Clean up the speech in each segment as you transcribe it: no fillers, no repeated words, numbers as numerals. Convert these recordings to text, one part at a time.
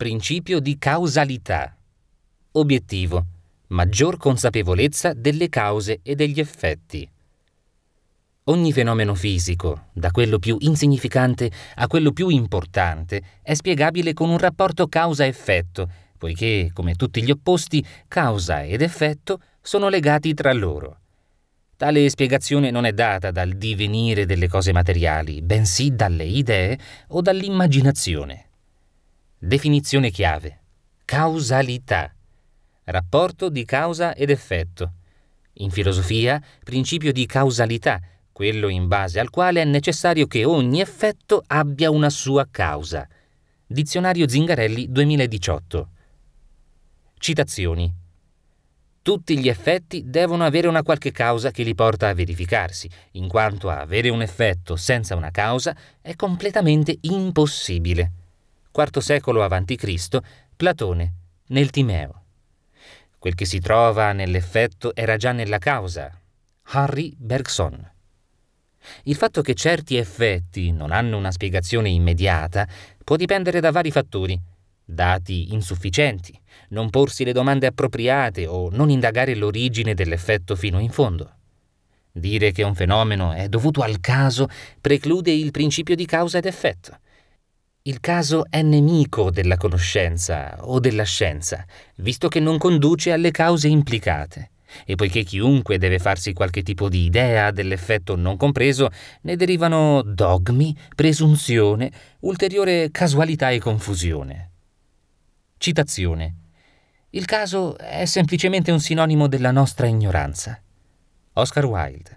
Principio di causalità. Obiettivo: maggior consapevolezza delle cause e degli effetti. Ogni fenomeno fisico, da quello più insignificante a quello più importante, è spiegabile con un rapporto causa-effetto, poiché, come tutti gli opposti, causa ed effetto sono legati tra loro. Tale spiegazione non è data dal divenire delle cose materiali, bensì dalle idee o dall'immaginazione. Definizione chiave: causalità. Rapporto di causa ed effetto. In filosofia, principio di causalità, quello in base al quale è necessario che ogni effetto abbia una sua causa. Dizionario Zingarelli 2018. Citazioni. Tutti gli effetti devono avere una qualche causa che li porta a verificarsi, in quanto avere un effetto senza una causa è completamente impossibile. IV secolo a.C., Platone, nel Timeo. Quel che si trova nell'effetto era già nella causa. Henri Bergson. Il fatto che certi effetti non hanno una spiegazione immediata può dipendere da vari fattori: dati insufficienti, non porsi le domande appropriate o non indagare l'origine dell'effetto fino in fondo. Dire che un fenomeno è dovuto al caso preclude il principio di causa ed effetto. Il caso è nemico della conoscenza o della scienza, visto che non conduce alle cause implicate. E poiché chiunque deve farsi qualche tipo di idea dell'effetto non compreso, ne derivano dogmi, presunzione, ulteriore casualità e confusione. Citazione. Il caso è semplicemente un sinonimo della nostra ignoranza. Oscar Wilde.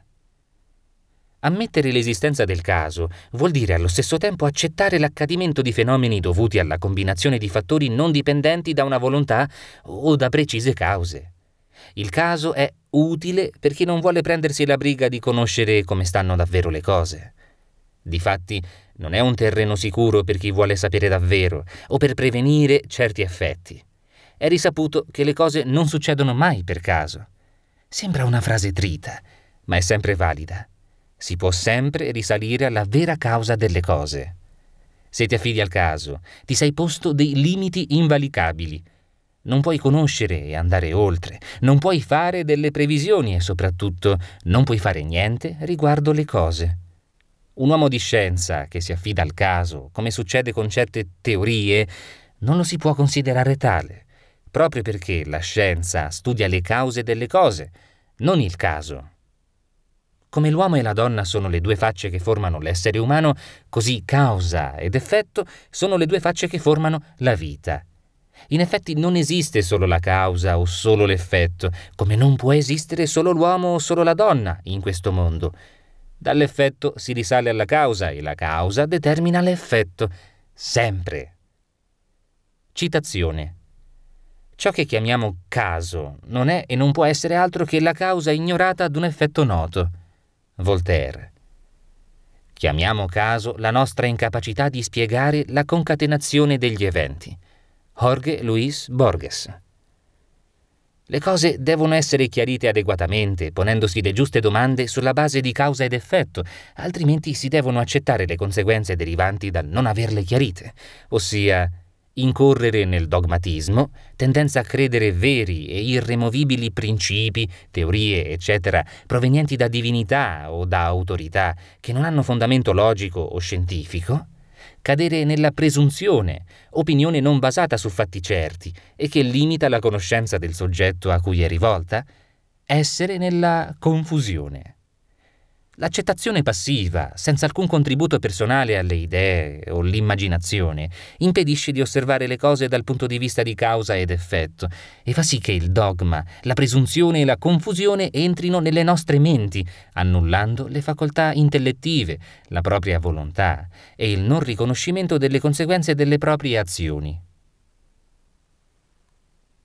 Ammettere l'esistenza del caso vuol dire allo stesso tempo accettare l'accadimento di fenomeni dovuti alla combinazione di fattori non dipendenti da una volontà o da precise cause. Il caso è utile per chi non vuole prendersi la briga di conoscere come stanno davvero le cose. Difatti, non è un terreno sicuro per chi vuole sapere davvero o per prevenire certi effetti. È risaputo che le cose non succedono mai per caso. Sembra una frase trita, ma è sempre valida. Si può sempre risalire alla vera causa delle cose. Se ti affidi al caso, ti sei posto dei limiti invalicabili. Non puoi conoscere e andare oltre, non puoi fare delle previsioni e soprattutto non puoi fare niente riguardo le cose. Un uomo di scienza che si affida al caso, come succede con certe teorie, non lo si può considerare tale, proprio perché la scienza studia le cause delle cose, non il caso. Come l'uomo e la donna sono le due facce che formano l'essere umano, così causa ed effetto sono le due facce che formano la vita. In effetti non esiste solo la causa o solo l'effetto, come non può esistere solo l'uomo o solo la donna in questo mondo. Dall'effetto si risale alla causa e la causa determina l'effetto, sempre. Citazione. Ciò che chiamiamo caso non è e non può essere altro che la causa ignorata d'un effetto noto. Voltaire. Chiamiamo caso la nostra incapacità di spiegare la concatenazione degli eventi. Jorge Luis Borges. Le cose devono essere chiarite adeguatamente, ponendosi le giuste domande sulla base di causa ed effetto, altrimenti si devono accettare le conseguenze derivanti dal non averle chiarite, ossia incorrere nel dogmatismo, tendenza a credere veri e irremovibili principi, teorie, eccetera, provenienti da divinità o da autorità che non hanno fondamento logico o scientifico, cadere nella presunzione, opinione non basata su fatti certi e che limita la conoscenza del soggetto a cui è rivolta, essere nella confusione. L'accettazione passiva, senza alcun contributo personale alle idee o l'immaginazione, impedisce di osservare le cose dal punto di vista di causa ed effetto e fa sì che il dogma, la presunzione e la confusione entrino nelle nostre menti, annullando le facoltà intellettive, la propria volontà e il non riconoscimento delle conseguenze delle proprie azioni.